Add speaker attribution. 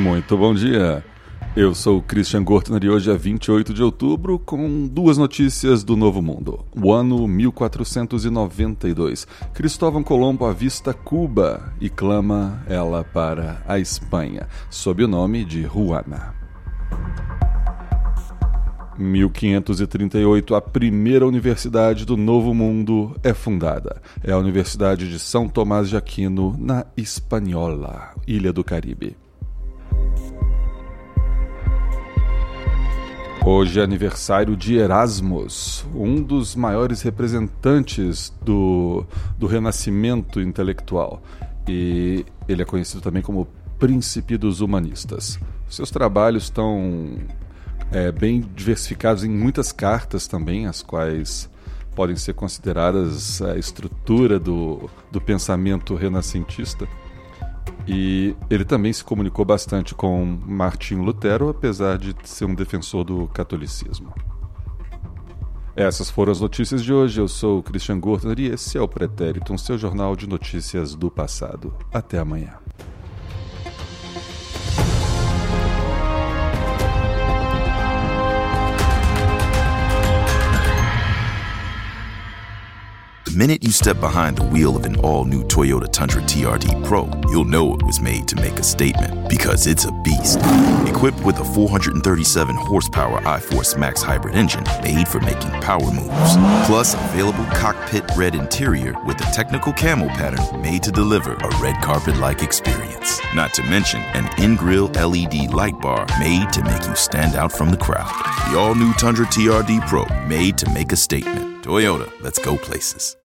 Speaker 1: Muito bom dia. Eu sou o Christian Gortner e hoje é 28 de outubro com duas notícias do Novo Mundo. O ano 1492. Cristóvão Colombo avista Cuba e clama ela para a Espanha, sob o nome de Juana. 1538, a primeira universidade do Novo Mundo é fundada. É a Universidade de São Tomás de Aquino, na Hispaniola, Ilha do Caribe. Hoje é aniversário de Erasmus, um dos maiores representantes do Renascimento intelectual. E ele é conhecido também como Príncipe dos Humanistas. Seus trabalhos estão bem diversificados em muitas cartas também, as quais podem ser consideradas a estrutura do pensamento renascentista. E ele também se comunicou bastante com Martinho Lutero, apesar de ser um defensor do catolicismo. Essas foram as notícias de hoje. Eu sou o Christian Gortner e esse é o Pretérito, seu jornal de notícias do passado. Até amanhã.
Speaker 2: The minute you step behind the wheel of an all-new Toyota Tundra TRD Pro, you'll know it was made to make a statement, because it's a beast. Equipped with a 437-horsepower iForce Max hybrid engine made for making power moves. Plus, available cockpit red interior with a technical camo pattern made to deliver a red carpet-like experience. Not to mention an in-grille LED light bar made to make you stand out from the crowd. The all-new Tundra TRD Pro, made to make a statement. Toyota, let's go places.